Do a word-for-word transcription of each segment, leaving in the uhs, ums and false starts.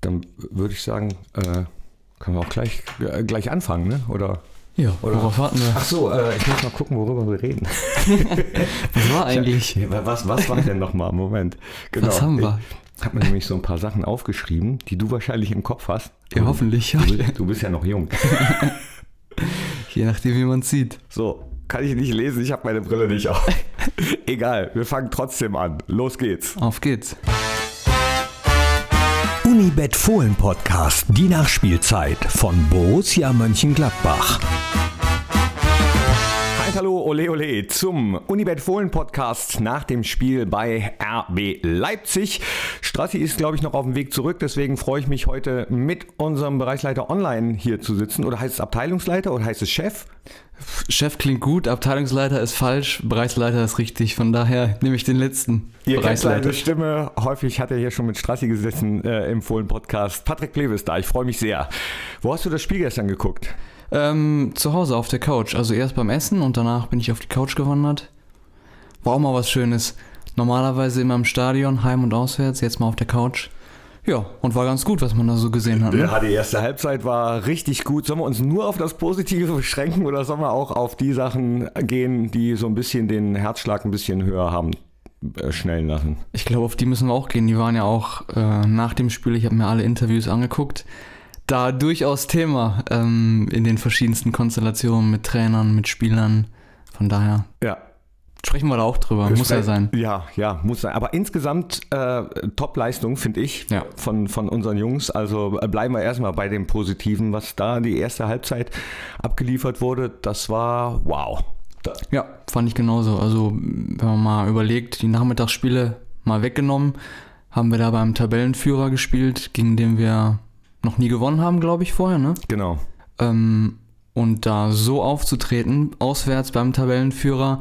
dann würde ich sagen, äh, können wir auch gleich, äh, gleich anfangen, ne? Oder? Ja, Oder? worauf warten wir? Ach so, äh, ich muss mal gucken, worüber wir reden. Was war eigentlich? Ja, was, was war denn nochmal? Moment. Genau. Was haben wir? Ich habe mir nämlich so ein paar Sachen aufgeschrieben, die du wahrscheinlich im Kopf hast. Ja, du, hoffentlich. Ja. Du, du bist ja noch jung. Je nachdem, wie man es sieht. So, kann ich nicht lesen, ich habe meine Brille nicht auf. Egal, wir fangen trotzdem an. Los geht's. Auf geht's. Unibet Fohlen Podcast, die Nachspielzeit von Borussia Mönchengladbach. Hi, hallo, ole ole zum Unibet Fohlen Podcast nach dem Spiel bei R B Leipzig. Strassi ist, glaube ich, noch auf dem Weg zurück, deswegen freue ich mich heute mit unserem Bereichsleiter online hier zu sitzen. Oder heißt es Abteilungsleiter oder heißt es Chef? Chef klingt gut, Abteilungsleiter ist falsch, Bereichsleiter ist richtig, von daher nehme ich den letzten. Ihr kennt seine Stimme, häufig hat er hier schon mit Strassi gesessen äh, im Fohlen-Podcast. Patrick Plewe ist da, ich freue mich sehr. Wo hast du das Spiel gestern geguckt? Ähm, zu Hause auf der Couch, also erst beim Essen und danach bin ich auf die Couch gewandert. War auch mal was Schönes, normalerweise immer im Stadion, heim und auswärts, jetzt mal auf der Couch. Ja, und war ganz gut, was man da so gesehen hat. Ne? Ja, die erste Halbzeit war richtig gut. Sollen wir uns nur auf das Positive beschränken oder sollen wir auch auf die Sachen gehen, die so ein bisschen den Herzschlag ein bisschen höher haben äh, schnellen lassen? Ich glaube, auf die müssen wir auch gehen. Die waren ja auch äh, nach dem Spiel, ich habe mir alle Interviews angeguckt, da durchaus Thema ähm, in den verschiedensten Konstellationen mit Trainern, mit Spielern. Von daher. Ja. Sprechen wir da auch drüber, muss ja sein. Ja, ja, muss sein. Aber insgesamt äh, Top-Leistung, finde ich, ja. von, von unseren Jungs. Also äh, bleiben wir erstmal bei dem Positiven, was da die erste Halbzeit abgeliefert wurde. Das war wow. Da. Ja, fand ich genauso. Also wenn man mal überlegt, die Nachmittagsspiele mal weggenommen, haben wir da beim Tabellenführer gespielt, gegen den wir noch nie gewonnen haben, glaube ich, vorher, ne? Genau. Ähm, und da so aufzutreten, auswärts beim Tabellenführer,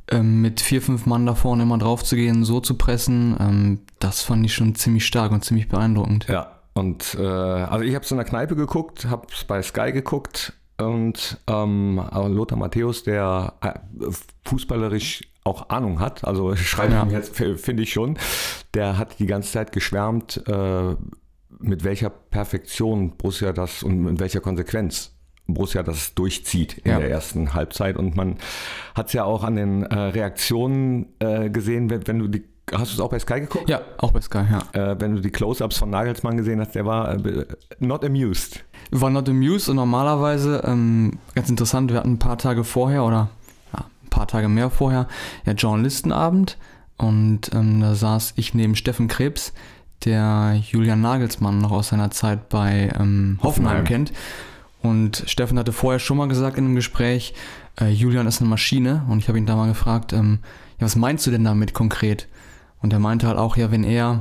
mit vier, fünf Mann da vorne immer drauf zu gehen, so zu pressen, ähm, das fand ich schon ziemlich stark und ziemlich beeindruckend. Ja, und äh, also ich habe es in der Kneipe geguckt, habe es bei Sky geguckt und ähm, Lothar Matthäus, der äh, fußballerisch auch Ahnung hat, also schreibe ich ja. mir jetzt, finde ich schon, der hat die ganze Zeit geschwärmt, äh, mit welcher Perfektion Borussia das und mit welcher Konsequenz Borussia das durchzieht in ja. der ersten Halbzeit und man hat es ja auch an den äh, Reaktionen äh, gesehen, wenn, wenn du die, hast du es auch bei Sky geguckt? Ja, auch bei Sky, ja. Äh, wenn du die Close-Ups von Nagelsmann gesehen hast, der war äh, not amused. War not amused und normalerweise, ähm, ganz interessant, wir hatten ein paar Tage vorher oder ja, ein paar Tage mehr vorher, ja Journalistenabend und ähm, da saß ich neben Steffen Krebs, der Julian Nagelsmann noch aus seiner Zeit bei ähm, Hoffenheim, Hoffenheim kennt. Und Steffen hatte vorher schon mal gesagt in einem Gespräch, äh, Julian ist eine Maschine. Und ich habe ihn da mal gefragt, ähm, ja, was meinst du denn damit konkret? Und er meinte halt auch, ja, wenn er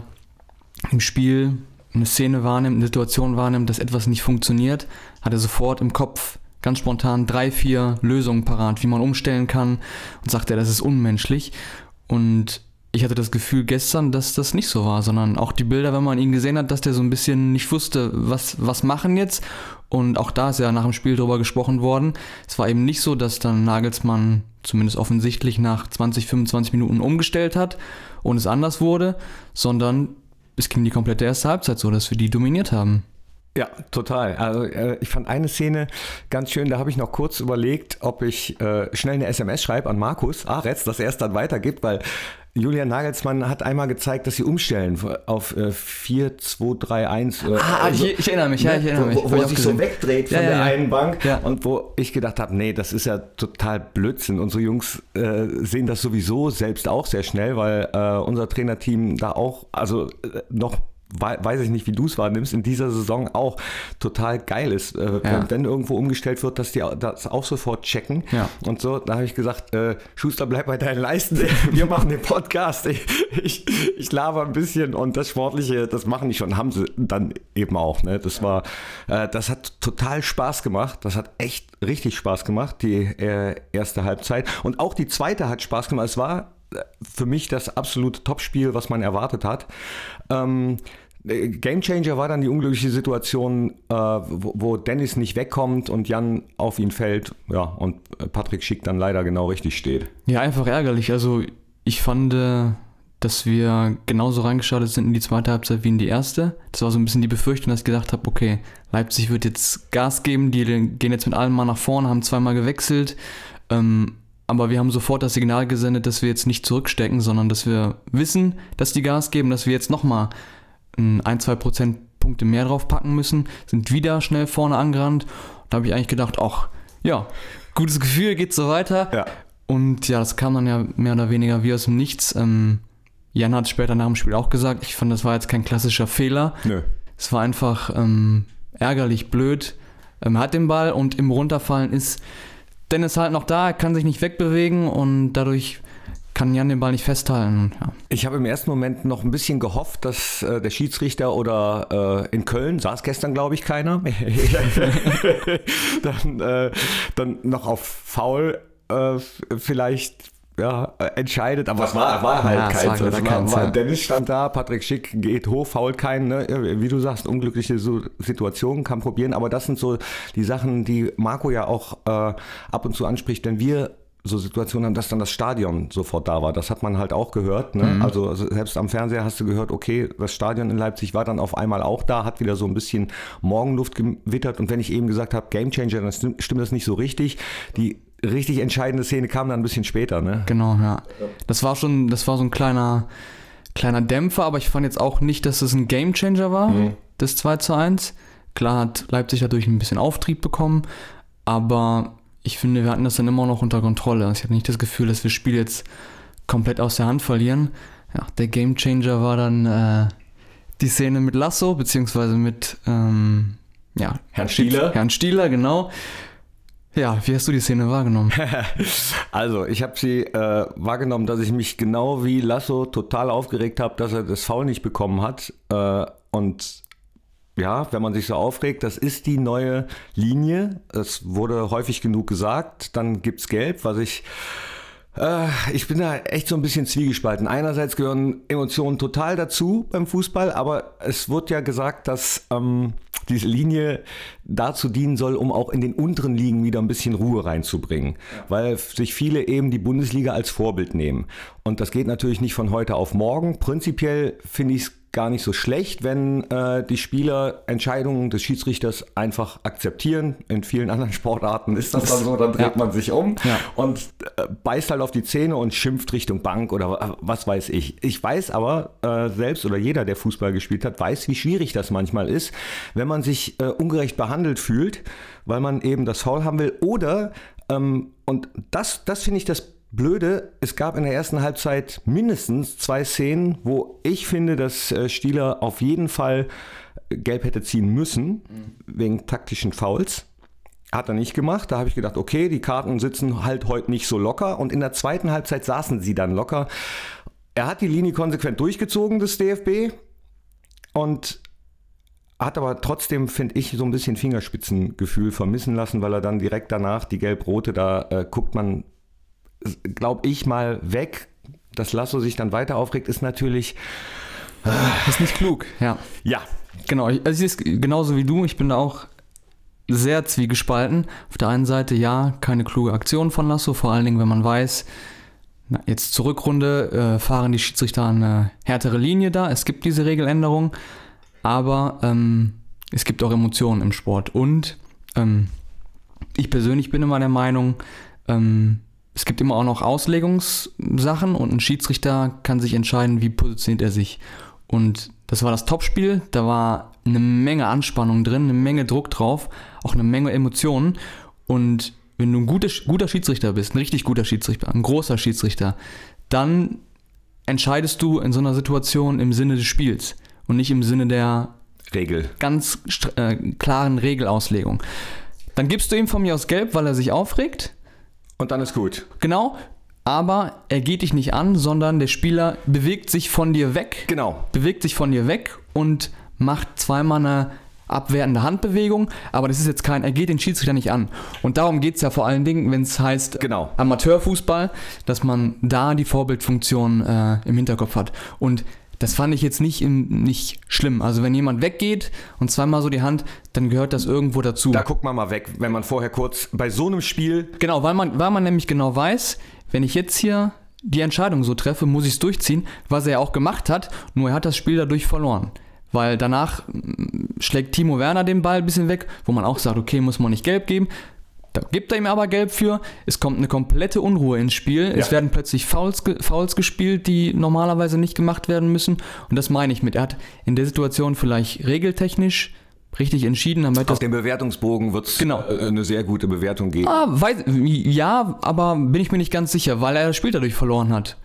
im Spiel eine Szene wahrnimmt, eine Situation wahrnimmt, dass etwas nicht funktioniert, hat er sofort im Kopf ganz spontan drei, vier Lösungen parat, wie man umstellen kann. Und sagt er, das ist unmenschlich. Und ich hatte das Gefühl gestern, dass das nicht so war, sondern auch die Bilder, wenn man ihn gesehen hat, dass der so ein bisschen nicht wusste, was, was machen jetzt. Und auch da ist ja nach dem Spiel drüber gesprochen worden. Es war eben nicht so, dass dann Nagelsmann zumindest offensichtlich nach zwanzig, fünfundzwanzig Minuten umgestellt hat und es anders wurde, sondern es ging die komplette erste Halbzeit so, dass wir die dominiert haben. Ja, total. Also äh, ich fand eine Szene ganz schön, da habe ich noch kurz überlegt, ob ich äh, schnell eine S M S schreibe an Markus Aretz, dass er es dann weitergibt, weil Julian Nagelsmann hat einmal gezeigt, dass sie umstellen auf äh, vier zwei drei eins. Äh, ah, also, ich, ich erinnere mich, ja, ich erinnere mich. Wo, wo er sich so wegdreht von ja, ja, der ja. einen Bank ja. und wo ich gedacht habe, nee, das ist ja total Blödsinn. Unsere Jungs äh, sehen das sowieso selbst auch sehr schnell, weil äh, unser Trainerteam da auch, also äh, noch weiß ich nicht, wie du es wahrnimmst, in dieser Saison auch total geil ist. Äh, ja. wenn, wenn irgendwo umgestellt wird, dass die das auch sofort checken. Ja. Und so, da habe ich gesagt, äh, Schuster, bleib bei deinen Leisten. Wir machen den Podcast. Ich, ich, ich laber ein bisschen und das Sportliche, das machen die schon, haben sie dann eben auch. Ne? Das war, äh, das hat total Spaß gemacht. Das hat echt richtig Spaß gemacht, die äh, erste Halbzeit. Und auch die zweite hat Spaß gemacht. Es war für mich das absolute Topspiel, was man erwartet hat. Ähm, Gamechanger war dann die unglückliche Situation, äh, wo, wo Dennis nicht wegkommt und Jan auf ihn fällt, ja, und Patrick Schick dann leider genau richtig steht. Ja, einfach ärgerlich. Also ich fand, dass wir genauso reingestartet sind in die zweite Halbzeit wie in die erste. Das war so ein bisschen die Befürchtung, dass ich gedacht habe, okay, Leipzig wird jetzt Gas geben, die gehen jetzt mit allem mal nach vorne, haben zweimal gewechselt, ähm, aber wir haben sofort das Signal gesendet, dass wir jetzt nicht zurückstecken, sondern dass wir wissen, dass die Gas geben, dass wir jetzt nochmal ein, zwei Prozentpunkte mehr drauf packen müssen, sind wieder schnell vorne angerannt. Da habe ich eigentlich gedacht, ach, ja, gutes Gefühl, geht so weiter. Ja. Und ja, das kam dann ja mehr oder weniger wie aus dem Nichts. Ähm, Jan hat später nach dem Spiel auch gesagt, ich fand, das war jetzt kein klassischer Fehler. Nö. Es war einfach ähm, ärgerlich, blöd. Ähm, hat den Ball und im Runterfallen ist Dennis halt noch da, er kann sich nicht wegbewegen und dadurch kann Jan den Ball nicht festhalten. Ja. Ich habe im ersten Moment noch ein bisschen gehofft, dass äh, der Schiedsrichter oder äh, in Köln, saß gestern glaube ich keiner, dann, äh, dann noch auf Foul äh, vielleicht ja, entscheidet, aber es war, war halt ja, keins. War, war, keins war, ja. Dennis stand da, Patrick Schick geht hoch, fault keinen, ne? Wie du sagst, unglückliche Situationen, kann probieren, aber das sind so die Sachen, die Marco ja auch äh, ab und zu anspricht, wenn wir so Situationen haben, dass dann das Stadion sofort da war. Das hat man halt auch gehört. Ne? Mhm. Also selbst am Fernseher hast du gehört, okay, das Stadion in Leipzig war dann auf einmal auch da, hat wieder so ein bisschen Morgenluft gewittert. Und wenn ich eben gesagt habe, Gamechanger, dann stimmt das nicht so richtig. Die richtig entscheidende Szene kam dann ein bisschen später. Ne? Genau, ja. Das war schon, das war so ein kleiner, kleiner Dämpfer, aber ich fand jetzt auch nicht, dass es ein Gamechanger war, mhm. das zwei zu eins. Klar hat Leipzig dadurch ein bisschen Auftrieb bekommen, aber ich finde, wir hatten das dann immer noch unter Kontrolle. Ich hatte nicht das Gefühl, dass wir das Spiel jetzt komplett aus der Hand verlieren. Ja, der Gamechanger war dann äh, die Szene mit Lasso, beziehungsweise mit ähm, ja, Herrn Stieler. Herrn Stieler, genau. Ja, wie hast du die Szene wahrgenommen? Also, ich habe sie äh, wahrgenommen, dass ich mich genau wie Lasso total aufgeregt habe, dass er das Foul nicht bekommen hat. Äh, und ja, wenn man sich so aufregt, das ist die neue Linie. Das wurde häufig genug gesagt. Dann gibt's Gelb, was ich... Äh, ich bin da echt so ein bisschen zwiegespalten. Einerseits gehören Emotionen total dazu beim Fußball, aber es wird ja gesagt, dass ähm, diese Linie dazu dienen soll, um auch in den unteren Ligen wieder ein bisschen Ruhe reinzubringen. Ja. Weil sich viele eben die Bundesliga als Vorbild nehmen. Und das geht natürlich nicht von heute auf morgen. Prinzipiell finde ich es gar nicht so schlecht, wenn äh, die Spieler Entscheidungen des Schiedsrichters einfach akzeptieren. In vielen anderen Sportarten ist das dann so, dann dreht ja. man sich um ja. und äh, beißt halt auf die Zähne und schimpft Richtung Bank oder was weiß ich. Ich weiß aber, äh, selbst oder jeder, der Fußball gespielt hat, weiß, wie schwierig das manchmal ist, wenn man sich äh, ungerecht behandelt fühlt, weil man eben das Foul haben will oder, ähm, und das, das finde ich das Blöde, es gab in der ersten Halbzeit mindestens zwei Szenen, wo ich finde, dass Stieler auf jeden Fall gelb hätte ziehen müssen, mhm. wegen taktischen Fouls. Hat er nicht gemacht. Da habe ich gedacht, okay, die Karten sitzen halt heute nicht so locker. Und in der zweiten Halbzeit saßen sie dann locker. Er hat die Linie konsequent durchgezogen, des D F B. Und hat aber trotzdem, finde ich, so ein bisschen Fingerspitzengefühl vermissen lassen, weil er dann direkt danach die gelb-rote, da äh, guckt man, glaube ich, mal weg. Dass Lasso sich dann weiter aufregt, ist natürlich... Äh, ist nicht klug, ja. Ja. Genau, also ich sehe es genauso wie du. Ich bin da auch sehr zwiegespalten. Auf der einen Seite, ja, keine kluge Aktion von Lasso, vor allen Dingen, wenn man weiß, na, jetzt zur Rückrunde äh, fahren die Schiedsrichter eine härtere Linie da. Es gibt diese Regeländerung, aber ähm, es gibt auch Emotionen im Sport. Und ähm, ich persönlich bin immer der Meinung, ähm, es gibt immer auch noch Auslegungssachen und ein Schiedsrichter kann sich entscheiden, wie positioniert er sich. Und das war das Topspiel, da war eine Menge Anspannung drin, eine Menge Druck drauf, auch eine Menge Emotionen. Und wenn du ein guter, guter Schiedsrichter bist, ein richtig guter Schiedsrichter, ein großer Schiedsrichter, dann entscheidest du in so einer Situation im Sinne des Spiels und nicht im Sinne der Regel. Ganz äh, klaren Regelauslegung. Dann gibst du ihm von mir aus gelb, weil er sich aufregt. Und dann ist gut. Genau, aber er geht dich nicht an, sondern der Spieler bewegt sich von dir weg. Genau. Bewegt sich von dir weg und macht zweimal eine abwertende Handbewegung, aber das ist jetzt kein, er geht den Schiedsrichter nicht an. Und darum geht es ja vor allen Dingen, wenn es heißt genau. Amateurfußball, dass man da die Vorbildfunktion äh, im Hinterkopf hat. Und das fand ich jetzt nicht, im, nicht schlimm. Also wenn jemand weggeht und zweimal so die Hand, dann gehört das irgendwo dazu. Da guckt man mal weg, wenn man vorher kurz bei so einem Spiel... Genau, weil man, weil man nämlich genau weiß, wenn ich jetzt hier die Entscheidung so treffe, muss ich es durchziehen, was er ja auch gemacht hat, nur er hat das Spiel dadurch verloren. Weil danach schlägt Timo Werner den Ball ein bisschen weg, wo man auch sagt, okay, muss man nicht gelb geben. Da gibt er ihm aber gelb für. Es kommt eine komplette Unruhe ins Spiel. Ja. Es werden plötzlich Fouls, Fouls gespielt, die normalerweise nicht gemacht werden müssen. Und das meine ich mit. Er hat in der Situation vielleicht regeltechnisch richtig entschieden. Damit Auf dem Bewertungsbogen wird es genau. eine sehr gute Bewertung geben. Ah, weiß, ja, aber bin ich mir nicht ganz sicher, weil er das Spiel dadurch verloren hat.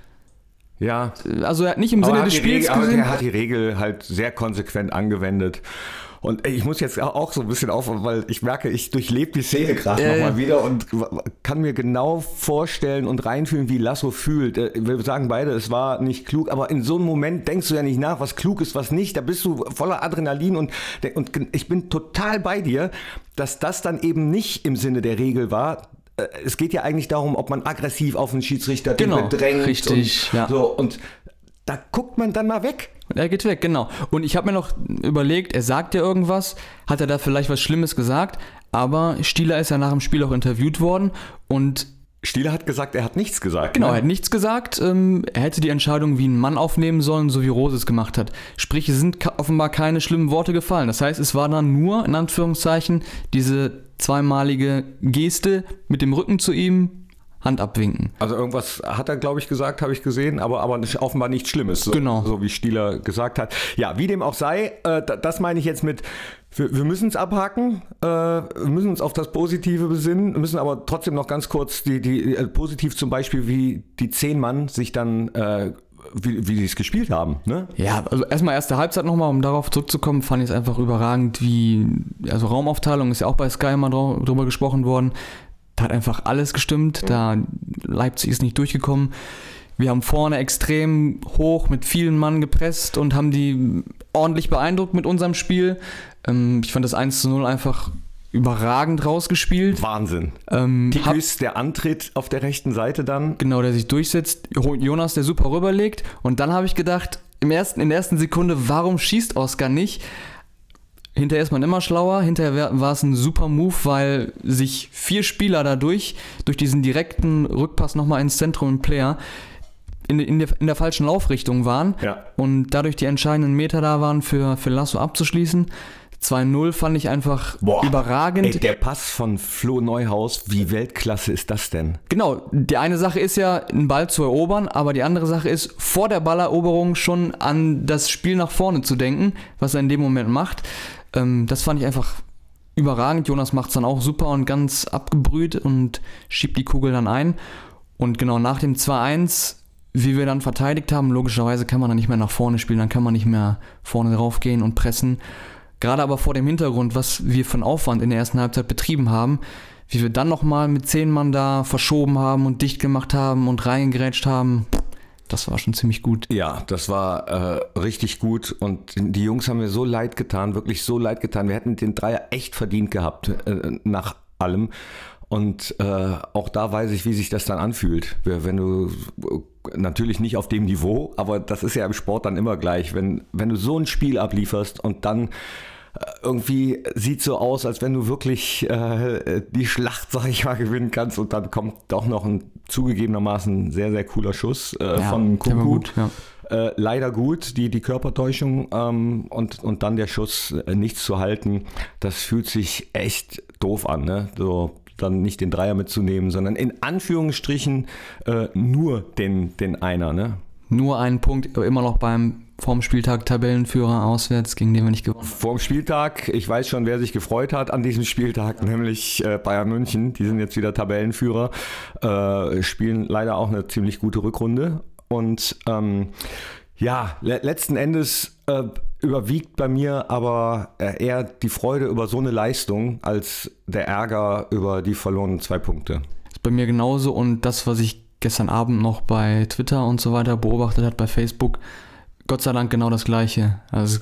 Ja. Also er hat nicht im aber Sinne des Spiels Regel, gesehen. Aber er hat die Regel halt sehr konsequent angewendet. Und ich muss jetzt auch so ein bisschen aufhören, weil ich merke, ich durchlebe die Szene gerade äh, nochmal wieder und kann mir genau vorstellen und reinfühlen, wie Lasso fühlt. Wir sagen beide, es war nicht klug, aber in so einem Moment denkst du ja nicht nach, was klug ist, was nicht. Da bist du voller Adrenalin und, und ich bin total bei dir, dass das dann eben nicht im Sinne der Regel war. Es geht ja eigentlich darum, ob man aggressiv auf den Schiedsrichter genau, bedrängt. Richtig, und ja. so. Und da guckt man dann mal weg. Er geht weg, genau. Und ich habe mir noch überlegt, er sagt ja irgendwas, hat er da vielleicht was Schlimmes gesagt, aber Stieler ist ja nach dem Spiel auch interviewt worden und Stieler hat gesagt, er hat nichts gesagt. Genau, ne? er hat nichts gesagt. Ähm, er hätte die Entscheidung wie ein Mann aufnehmen sollen, so wie Rose es gemacht hat. Sprich, es sind ka- offenbar keine schlimmen Worte gefallen. Das heißt, es war dann nur, in Anführungszeichen, diese zweimalige Geste mit dem Rücken zu ihm, Hand abwinken. Also irgendwas hat er, glaube ich, gesagt, habe ich gesehen, aber, aber nicht, offenbar nichts Schlimmes, so, genau. so wie Stieler gesagt hat. Ja, wie dem auch sei, äh, das meine ich jetzt mit, wir, wir müssen es abhaken, äh, wir müssen uns auf das Positive besinnen, müssen aber trotzdem noch ganz kurz die, die äh, positiv zum Beispiel, wie die zehn Mann sich dann äh, wie, wie sie es gespielt haben. Ne? Ja, also erstmal erste Halbzeit nochmal, um darauf zurückzukommen, fand ich es einfach überragend, wie, also Raumaufteilung ist ja auch bei Sky mal drüber gesprochen worden. Da hat einfach alles gestimmt, da Leipzig ist nicht durchgekommen. Wir haben vorne extrem hoch mit vielen Mann gepresst und haben die ordentlich beeindruckt mit unserem Spiel. Ähm, ich fand das eins zu null einfach überragend rausgespielt. Wahnsinn. Ähm, Tikus, der Antritt auf der rechten Seite dann. Genau, der sich durchsetzt. Jonas, der super rüberlegt. Und dann habe ich gedacht, im ersten, in der ersten Sekunde, warum schießt Oskar nicht? Hinterher ist man immer schlauer. Hinterher war es ein super Move, weil sich vier Spieler dadurch, durch diesen direkten Rückpass nochmal ins Zentrum im Player, in, in, der, in der falschen Laufrichtung waren. Ja. Und dadurch die entscheidenden Meter da waren, für, für Lasso abzuschließen. zwei null fand ich einfach Boah, überragend. Ey, der Pass von Flo Neuhaus, wie Weltklasse ist das denn? Genau, die eine Sache ist ja, einen Ball zu erobern, aber die andere Sache ist, vor der Balleroberung schon an das Spiel nach vorne zu denken, was er in dem Moment macht. Ähm, das fand ich einfach überragend. Jonas macht es dann auch super und ganz abgebrüht und schiebt die Kugel dann ein. Und genau nach dem zwei eins, wie wir dann verteidigt haben, logischerweise kann man dann nicht mehr nach vorne spielen, dann kann man nicht mehr vorne drauf gehen und pressen. Gerade aber vor dem Hintergrund, was wir für einen Aufwand in der ersten Halbzeit betrieben haben, wie wir dann nochmal mit zehn Mann da verschoben haben und dicht gemacht haben und reingegrätscht haben, das war schon ziemlich gut. Ja, das war äh, richtig gut und die Jungs haben mir so leid getan, wirklich so leid getan. Wir hätten den Dreier echt verdient gehabt, äh, nach allem. Und äh, auch da weiß ich, wie sich das dann anfühlt. Wenn du, natürlich nicht auf dem Niveau, aber das ist ja im Sport dann immer gleich. Wenn, wenn du so ein Spiel ablieferst und dann irgendwie sieht so aus, als wenn du wirklich äh, die Schlacht, sag ich mal, gewinnen kannst und dann kommt doch noch ein zugegebenermaßen sehr, sehr cooler Schuss äh, ja, von Kunku. Gut, ja. äh, leider gut, die, die Körpertäuschung ähm, und, und dann der Schuss, äh, nichts zu halten, das fühlt sich echt doof an, ne? So dann nicht den Dreier mitzunehmen, sondern in Anführungsstrichen äh, nur den, den Einer, ne? Nur einen Punkt, immer noch beim vorm Spieltag Tabellenführer auswärts, gegen den wir nicht gewonnen haben. Vorm Spieltag, ich weiß schon, wer sich gefreut hat an diesem Spieltag, nämlich äh, Bayern München. Die sind jetzt wieder Tabellenführer, äh, spielen leider auch eine ziemlich gute Rückrunde. Und ähm, ja, le- letzten Endes äh, überwiegt bei mir aber äh, eher die Freude über so eine Leistung als der Ärger über die verlorenen zwei Punkte. Ist bei mir genauso und das, was ich gestern Abend noch bei Twitter und so weiter beobachtet hat, bei Facebook, Gott sei Dank genau das Gleiche. Also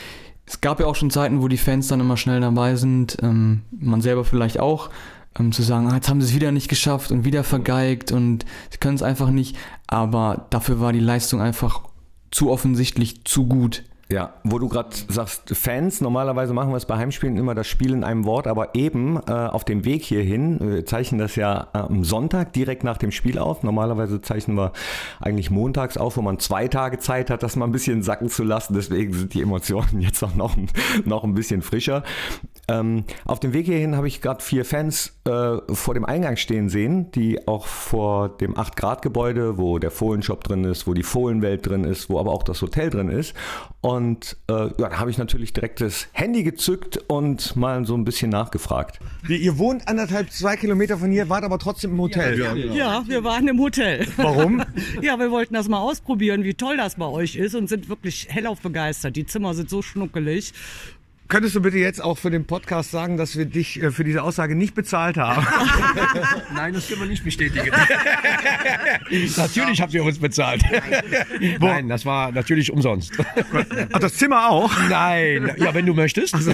es gab ja auch schon Zeiten, wo die Fans dann immer schnell dabei sind, ähm, man selber vielleicht auch, ähm, zu sagen, ah, jetzt haben sie es wieder nicht geschafft und wieder vergeigt und sie können es einfach nicht. Aber dafür war die Leistung einfach zu offensichtlich zu gut. Ja, wo du gerade sagst, Fans, normalerweise machen wir es bei Heimspielen immer das Spiel in einem Wort, aber eben äh, auf dem Weg hierhin, wir zeichnen das ja am Sonntag direkt nach dem Spiel auf. Normalerweise zeichnen wir eigentlich montags auf, wo man zwei Tage Zeit hat, das mal ein bisschen sacken zu lassen. Deswegen sind die Emotionen jetzt auch noch, noch ein bisschen frischer. Ähm, auf dem Weg hierhin habe ich gerade vier Fans äh, vor dem Eingang stehen sehen, die auch vor dem acht Grad Gebäude, wo der Fohlenshop drin ist, wo die Fohlenwelt drin ist, wo aber auch das Hotel drin ist. Und äh, ja, da habe ich natürlich direkt das Handy gezückt und mal so ein bisschen nachgefragt. Wie, ihr wohnt anderthalb, zwei Kilometer von hier, wart aber trotzdem im Hotel. Ja, ja, ja, wir waren im Hotel. Warum? Ja, wir wollten das mal ausprobieren, wie toll das bei euch ist und sind wirklich hellauf begeistert. Die Zimmer sind so schnuckelig. Könntest du bitte jetzt auch für den Podcast sagen, dass wir dich äh, für diese Aussage nicht bezahlt haben? Nein, das können wir nicht bestätigen. Natürlich habt ihr uns bezahlt. Nein, das war natürlich umsonst. Ach, das Zimmer auch? Nein, ja, wenn du möchtest. Also,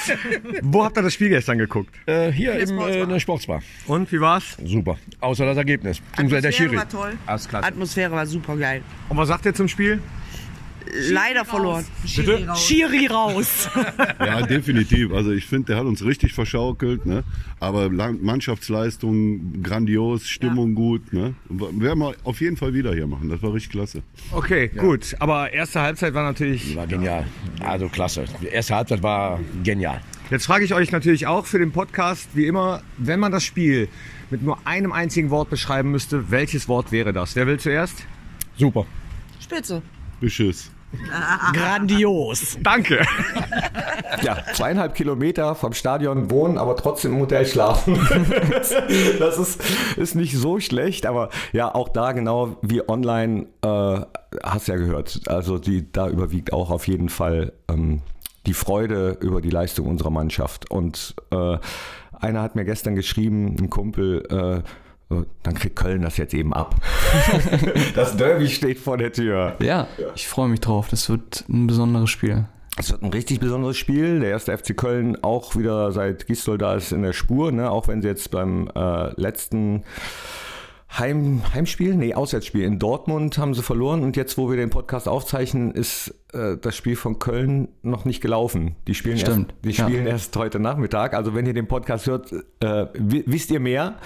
wo habt ihr das Spiel gestern geguckt? Äh, hier im äh, in der Sportsbar. Und, wie war's? Super, außer das Ergebnis. Beziehungsweise der Schiri. Atmosphäre war toll. Alles klar. Atmosphäre war super geil. Und was sagt ihr zum Spiel? Leider verloren. Bitte? Schiri raus. Ja, definitiv. Also ich finde, der hat uns richtig verschaukelt. Ne? Aber Lang- Mannschaftsleistung grandios, Stimmung ja. gut. Ne? Werden wir auf jeden Fall wieder hier machen. Das war richtig klasse. Okay, ja. gut. Aber erste Halbzeit war natürlich... War genial. Also klasse. Die erste Halbzeit war genial. Jetzt frage ich euch natürlich auch für den Podcast, wie immer, wenn man das Spiel mit nur einem einzigen Wort beschreiben müsste, welches Wort wäre das? Wer will zuerst? Super. Spitze. Beschiss. Grandios. Danke. Ja, zweieinhalb Kilometer vom Stadion wohnen, aber trotzdem im Hotel schlafen. Das ist, ist nicht so schlecht, aber ja, auch da genau wie online, äh, hast ja gehört. Also die, da überwiegt auch auf jeden Fall ähm, die Freude über die Leistung unserer Mannschaft. Und äh, einer hat mir gestern geschrieben, ein Kumpel, äh, dann kriegt Köln das jetzt eben ab. Das Derby steht vor der Tür. Ja, ich freue mich drauf. Das wird ein besonderes Spiel. Es wird ein richtig besonderes Spiel. Der erste F C Köln auch wieder seit Gisdol da ist in der Spur, ne? Auch wenn sie jetzt beim äh, letzten Heim, Heimspiel, nee, Auswärtsspiel in Dortmund haben sie verloren. Und jetzt, wo wir den Podcast aufzeichnen, ist äh, das Spiel von Köln noch nicht gelaufen. Die spielen, Stimmt. erst, die spielen ja. erst heute Nachmittag. Also wenn ihr den Podcast hört, äh, wisst ihr mehr.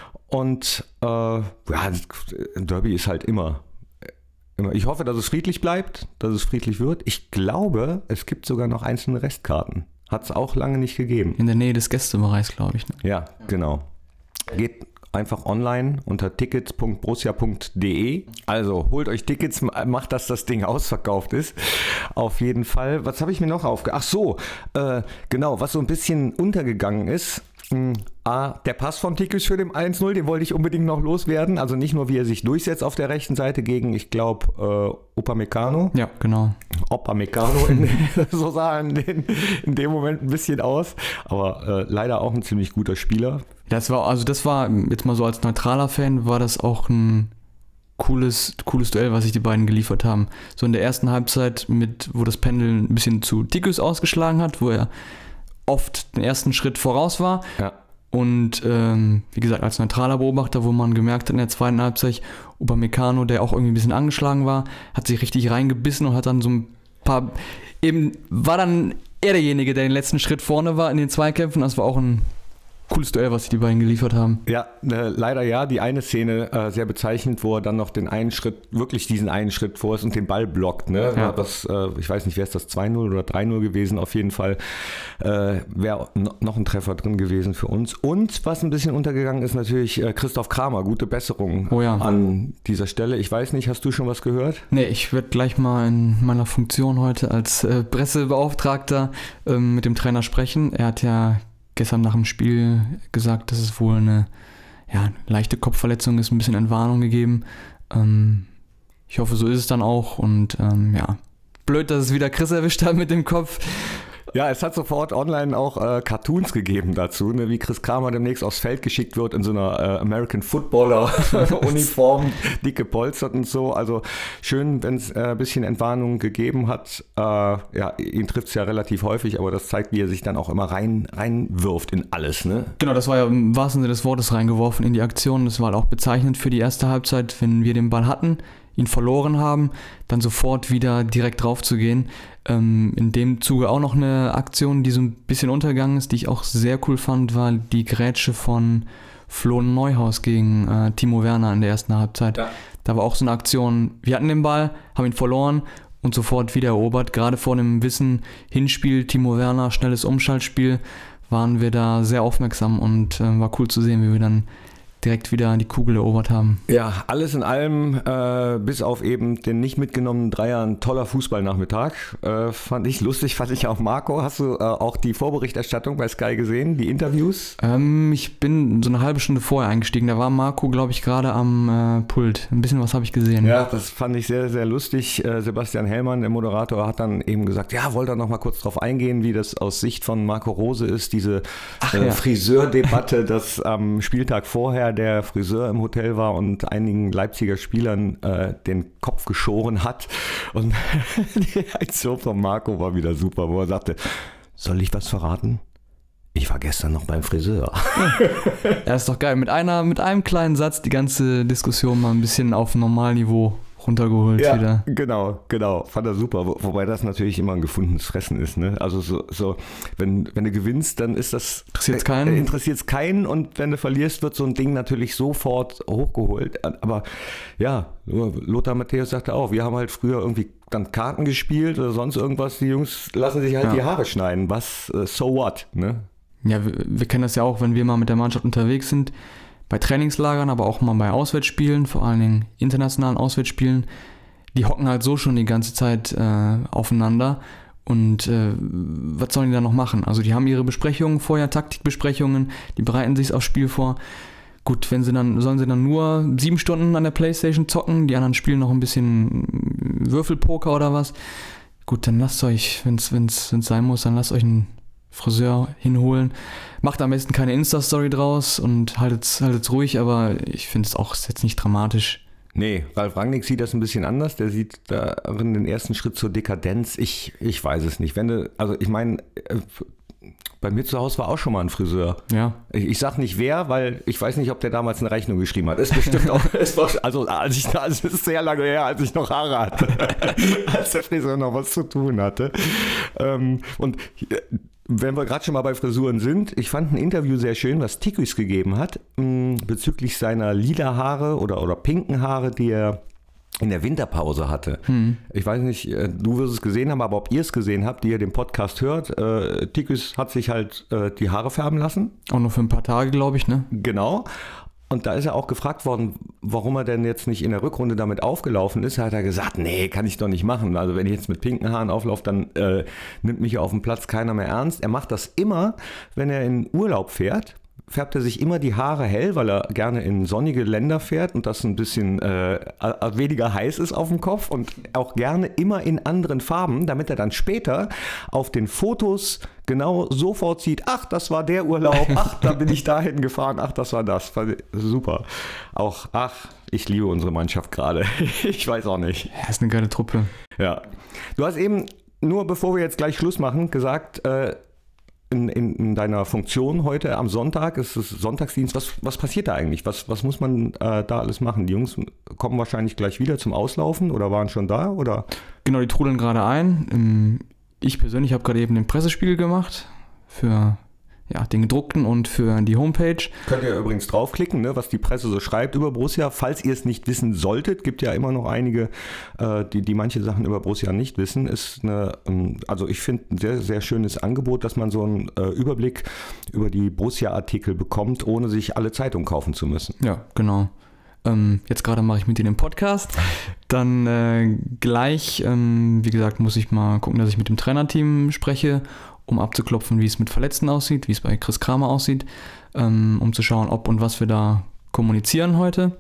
Und äh, ja, ein Derby ist halt immer, immer. Ich hoffe, dass es friedlich bleibt, dass es friedlich wird. Ich glaube, es gibt sogar noch einzelne Restkarten. Hat es auch lange nicht gegeben. In der Nähe des Gästebereichs, glaube ich. Ne? Ja, genau. Geht einfach online unter tickets punkt borussia punkt de. Also holt euch Tickets, macht, dass das Ding ausverkauft ist. Auf jeden Fall. Was habe ich mir noch aufge... Ach so, äh, genau, was so ein bisschen untergegangen ist. Ah, der Pass von Tikic für den eins null, den wollte ich unbedingt noch loswerden. Also nicht nur, wie er sich durchsetzt auf der rechten Seite gegen, ich glaube, äh, Upamecano. Ja, genau. Upamecano, in, so sah er in, den, in dem Moment ein bisschen aus. Aber äh, leider auch ein ziemlich guter Spieler. Das war, also das war, jetzt mal so als neutraler Fan, war das auch ein cooles, cooles Duell, was sich die beiden geliefert haben. So in der ersten Halbzeit, mit, wo das Pendel ein bisschen zu Tikic ausgeschlagen hat, wo er oft den ersten Schritt voraus war. Ja. Und ähm, wie gesagt, als neutraler Beobachter, wo man gemerkt hat in der zweiten Halbzeit, Upamecano, der auch irgendwie ein bisschen angeschlagen war, hat sich richtig reingebissen und hat dann so ein paar, eben war dann er derjenige, der den letzten Schritt vorne war in den Zweikämpfen. Das war auch ein cooles Duell, was sich die beiden geliefert haben. Ja, äh, leider ja. Die eine Szene äh, sehr bezeichnend, wo er dann noch den einen Schritt, wirklich diesen einen Schritt vor ist und den Ball blockt. Ne? Ja. Das, äh, ich weiß nicht, wäre es das zwei null oder drei null gewesen. Auf jeden Fall äh, wäre noch ein Treffer drin gewesen für uns. Und was ein bisschen untergegangen ist, natürlich äh, Christoph Kramer. Gute Besserung oh ja. an dieser Stelle. Ich weiß nicht, hast du schon was gehört? Nee, ich werde gleich mal in meiner Funktion heute als äh, Pressebeauftragter äh, mit dem Trainer sprechen. Er hat ja gestern nach dem Spiel gesagt, dass es wohl eine ja, leichte Kopfverletzung ist, ein bisschen Entwarnung gegeben. Ähm, ich hoffe, so ist es dann auch. Und ähm, ja, blöd, dass es wieder Chris erwischt hat mit dem Kopf. Ja, es hat sofort online auch äh, Cartoons gegeben dazu, ne, wie Chris Kramer demnächst aufs Feld geschickt wird in so einer äh, American Footballer-Uniform, dick gepolstert und so. Also schön, wenn es äh, ein bisschen Entwarnung gegeben hat. Äh, ja, ihn trifft es ja relativ häufig, aber das zeigt, wie er sich dann auch immer rein reinwirft in alles. Ne? Genau, das war ja im wahrsten Sinne des Wortes reingeworfen in die Aktion. Das war halt auch bezeichnend für die erste Halbzeit, wenn wir den Ball hatten. ihn verloren haben, dann sofort wieder direkt drauf zu gehen. Ähm, in dem Zuge auch noch eine Aktion, die so ein bisschen untergegangen ist, die ich auch sehr cool fand, war die Grätsche von Flo Neuhaus gegen äh, Timo Werner in der ersten Halbzeit. Ja. Da war auch so eine Aktion, wir hatten den Ball, haben ihn verloren und sofort wieder erobert. Gerade vor dem Wissen, Hinspiel, Timo Werner, schnelles Umschaltspiel, waren wir da sehr aufmerksam und äh, war cool zu sehen, wie wir dann direkt wieder die Kugel erobert haben. Ja, alles in allem, äh, bis auf eben den nicht mitgenommenen Dreier, ein toller Fußballnachmittag. Äh, fand ich lustig, fand ich auch. Marco, hast du äh, auch die Vorberichterstattung bei Sky gesehen, die Interviews? Ähm, ich bin so eine halbe Stunde vorher eingestiegen. Da war Marco, glaube ich, gerade am äh, Pult. Ein bisschen was habe ich gesehen. Ja, das fand ich sehr, sehr lustig. Äh, Sebastian Hellmann, der Moderator, hat dann eben gesagt, ja, wollte er noch mal kurz drauf eingehen, wie das aus Sicht von Marco Rose ist, diese Ach, äh, ja. Friseurdebatte, dass am Spieltag vorher der Friseur im Hotel war und einigen Leipziger Spielern äh, den Kopf geschoren hat. Und die Reaktion von Marco war wieder super, wo er sagte, soll ich was verraten? Ich war gestern noch beim Friseur. Ja, ist doch geil. Mit einer, mit einem kleinen Satz die ganze Diskussion mal ein bisschen auf Normalniveau runtergeholt ja, wieder. Genau, genau. Fand er super. Wo, wobei das natürlich immer ein gefundenes Fressen ist. Ne? Also so, so wenn, wenn du gewinnst, dann ist das interessiert keinen. Äh, interessiert keinen und wenn du verlierst, wird so ein Ding natürlich sofort hochgeholt. Aber ja, Lothar Matthäus sagte auch, wir haben halt früher irgendwie dann Karten gespielt oder sonst irgendwas. Die Jungs lassen sich halt ja. die Haare schneiden. Was, uh, so what? Ne? Ja, wir, wir kennen das ja auch, wenn wir mal mit der Mannschaft unterwegs sind, bei Trainingslagern, aber auch mal bei Auswärtsspielen, vor allen Dingen internationalen Auswärtsspielen, die hocken halt so schon die ganze Zeit äh, aufeinander und äh, was sollen die da noch machen? Also die haben ihre Besprechungen vorher, Taktikbesprechungen, die bereiten sich aufs Spiel vor. Gut, wenn sie dann, sollen sie dann nur sieben Stunden an der Playstation zocken, die anderen spielen noch ein bisschen Würfelpoker oder was. Gut, dann lasst euch, wenn es wenn's, wenn's sein muss, dann lasst euch einen Friseur hinholen. Macht am besten keine Insta-Story draus und haltet's, haltet's ruhig, aber ich finde es auch jetzt nicht dramatisch. Nee, Ralf Rangnick sieht das ein bisschen anders. Der sieht darin den ersten Schritt zur Dekadenz. Ich, ich weiß es nicht. Wenn du, also ich meine, bei mir zu Hause war auch schon mal ein Friseur. Ja. Ich, ich sag nicht wer, weil ich weiß nicht, ob der damals eine Rechnung geschrieben hat. Ist bestimmt auch, ist war, also als ich, also es ist sehr lange her, als ich noch Haare hatte. Als der Friseur noch was zu tun hatte. Ähm, und wenn wir gerade schon mal bei Frisuren sind, ich fand ein Interview sehr schön, was Tickus gegeben hat, mh, bezüglich seiner lila Haare oder, oder pinken Haare, die er in der Winterpause hatte. Hm. Ich weiß nicht, du wirst es gesehen haben, aber ob ihr es gesehen habt, die ihr den Podcast hört, äh, Tickus hat sich halt äh, die Haare färben lassen. Auch nur für ein paar Tage, glaube ich, ne? Genau. Und da ist er auch gefragt worden, warum er denn jetzt nicht in der Rückrunde damit aufgelaufen ist. Da hat er gesagt, nee, kann ich doch nicht machen. Also wenn ich jetzt mit pinken Haaren auflaufe, dann äh, nimmt mich auf dem Platz keiner mehr ernst. Er macht das immer, wenn er in Urlaub fährt. Färbt er sich immer die Haare hell, weil er gerne in sonnige Länder fährt und das ein bisschen äh, weniger heiß ist auf dem Kopf und auch gerne immer in anderen Farben, damit er dann später auf den Fotos genau sofort sieht, ach, das war der Urlaub, ach, da bin ich dahin gefahren, ach, das war das. Super. Auch, ach, ich liebe unsere Mannschaft gerade. Ich weiß auch nicht. Ja, ist eine geile Truppe. Ja. Du hast eben, nur bevor wir jetzt gleich Schluss machen, gesagt, äh, In, in, in deiner Funktion heute am Sonntag, ist es Sonntagsdienst, was, was passiert da eigentlich? Was, was muss man äh, da alles machen? Die Jungs kommen wahrscheinlich gleich wieder zum Auslaufen oder waren schon da? Oder? Genau, die trudeln gerade ein. Ich persönlich habe gerade eben den Pressespiegel gemacht für ja, den gedruckten und für die Homepage. Könnt ihr übrigens draufklicken, ne, was die Presse so schreibt über Borussia. Falls ihr es nicht wissen solltet, gibt ja immer noch einige, äh, die, die manche Sachen über Borussia nicht wissen. Ist eine, also ich finde ein sehr, sehr schönes Angebot, dass man so einen äh, Überblick über die Borussia-Artikel bekommt, ohne sich alle Zeitungen kaufen zu müssen. Ja, genau. Ähm, jetzt gerade mache ich mit dir den Podcast. Dann äh, gleich, ähm, wie gesagt, muss ich mal gucken, dass ich mit dem Trainerteam spreche, um abzuklopfen, wie es mit Verletzten aussieht, wie es bei Chris Kramer aussieht, ähm, um zu schauen, ob und was wir da kommunizieren heute.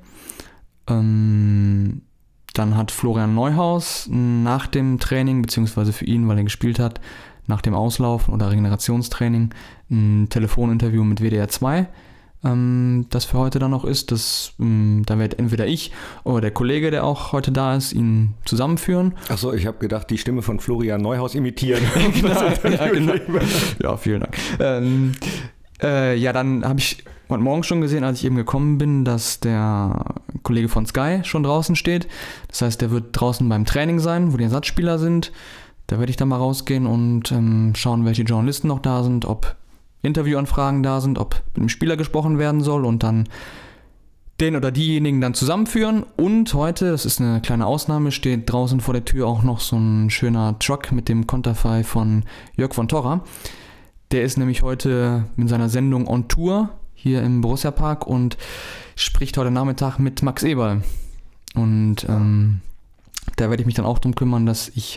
Ähm, dann hat Florian Neuhaus nach dem Training, beziehungsweise für ihn, weil er gespielt hat, nach dem Auslaufen oder Regenerationstraining, ein Telefoninterview mit W D R zwei, ähm, das für heute dann noch ist. Das, ähm, da wird entweder ich oder der Kollege, der auch heute da ist, ihn zusammenführen. Achso, ich habe gedacht, die Stimme von Florian Neuhaus imitieren. Genau, ja, genau. Ja, vielen Dank. Ähm, äh, ja, dann habe ich heute Morgen schon gesehen, als ich eben gekommen bin, dass der Kollege von Sky schon draußen steht. Das heißt, der wird draußen beim Training sein, wo die Ersatzspieler sind. Da werde ich dann mal rausgehen und ähm, schauen, welche Journalisten noch da sind, ob Interviewanfragen da sind, ob mit dem Spieler gesprochen werden soll und dann den oder diejenigen dann zusammenführen. Und heute, das ist eine kleine Ausnahme, steht draußen vor der Tür auch noch so ein schöner Truck mit dem Konterfei von Jörg von Torra. Der ist nämlich heute mit seiner Sendung On Tour hier im Borussia Park und spricht heute Nachmittag mit Max Eberl. Und ähm, da werde ich mich dann auch drum kümmern, dass ich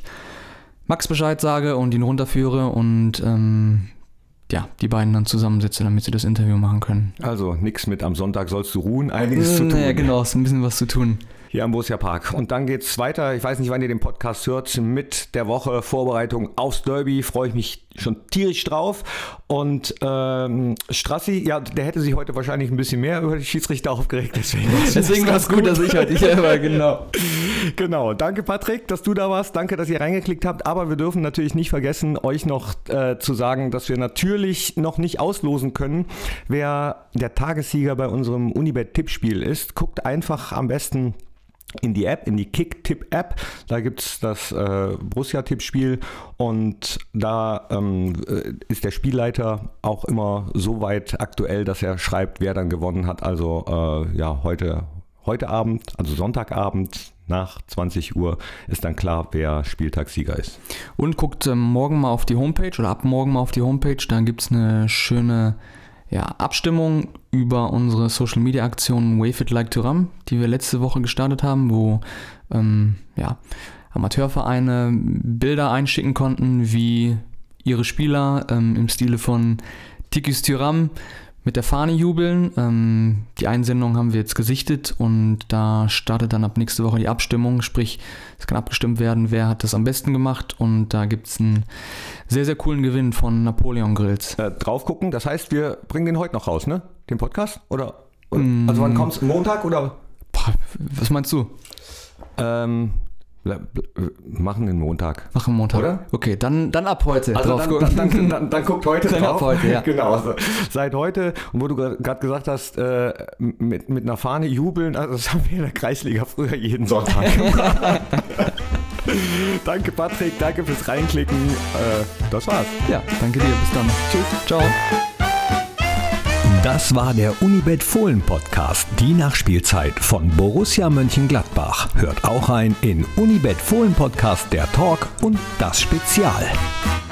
Max Bescheid sage und ihn runterführe und ähm, ja, die beiden dann zusammensetze, damit sie das Interview machen können. Also nichts mit am Sonntag sollst du ruhen, einiges zu tun. Ja, genau, ist ein bisschen was zu tun. Hier am Borussia Park. Und dann geht's weiter. Ich weiß nicht, wann ihr den Podcast hört, mit der Woche Vorbereitung aufs Derby. Freue ich mich schon tierisch drauf. Und ähm, Strassi, ja, der hätte sich heute wahrscheinlich ein bisschen mehr über die Schiedsrichter aufgeregt. Deswegen, deswegen war es gut, dass ich heute hier war, genau. Genau. Danke, Patrick, dass du da warst. Danke, dass ihr reingeklickt habt. Aber wir dürfen natürlich nicht vergessen, euch noch äh, zu sagen, dass wir natürlich noch nicht auslosen können, wer der Tagessieger bei unserem Unibet-Tippspiel ist. Guckt einfach am besten in die App, in die Kick-Tipp-App. Da gibt es das äh, Borussia-Tippspiel und da ähm, ist der Spielleiter auch immer so weit aktuell, dass er schreibt, wer dann gewonnen hat. Also äh, ja, heute, heute Abend, also Sonntagabend nach zwanzig Uhr ist dann klar, wer Spieltagssieger ist. Und guckt ähm, morgen mal auf die Homepage oder ab morgen mal auf die Homepage. Da gibt es eine schöne ja, Abstimmung über unsere Social Media Aktion Wave It Like Thuram, die wir letzte Woche gestartet haben, wo ähm, ja, Amateurvereine Bilder einschicken konnten, wie ihre Spieler ähm, im Stile von Tikis Thuram mit der Fahne jubeln. Ähm, die Einsendung haben wir jetzt gesichtet und da startet dann ab nächste Woche die Abstimmung, sprich es kann abgestimmt werden, wer hat das am besten gemacht und da gibt es einen sehr, sehr coolen Gewinn von Napoleon Grills. Äh, drauf gucken, das heißt, wir bringen den heute noch raus, ne? Den Podcast? Oder? oder mm. Also wann kommt's? Montag oder? Boah, was meinst du? Ähm... Machen den Montag. Machen Montag. Oder? Okay, dann, dann ab heute. Also drauf dann, gucken. Dann, dann, dann, dann guckt heute dann drauf. Ab heute, ja. Genau. Also seit heute, und wo du gerade gesagt hast, äh, mit, mit einer Fahne jubeln, also das haben wir in der Kreisliga früher jeden Sonntag gemacht. Danke Patrick, danke fürs Reinklicken. Äh, das war's. Ja, danke dir. Bis dann. Tschüss. Ciao. Das war der Unibet Fohlen Podcast, die Nachspielzeit von Borussia Mönchengladbach. Hört auch rein in Unibet Fohlen Podcast, der Talk und das Spezial.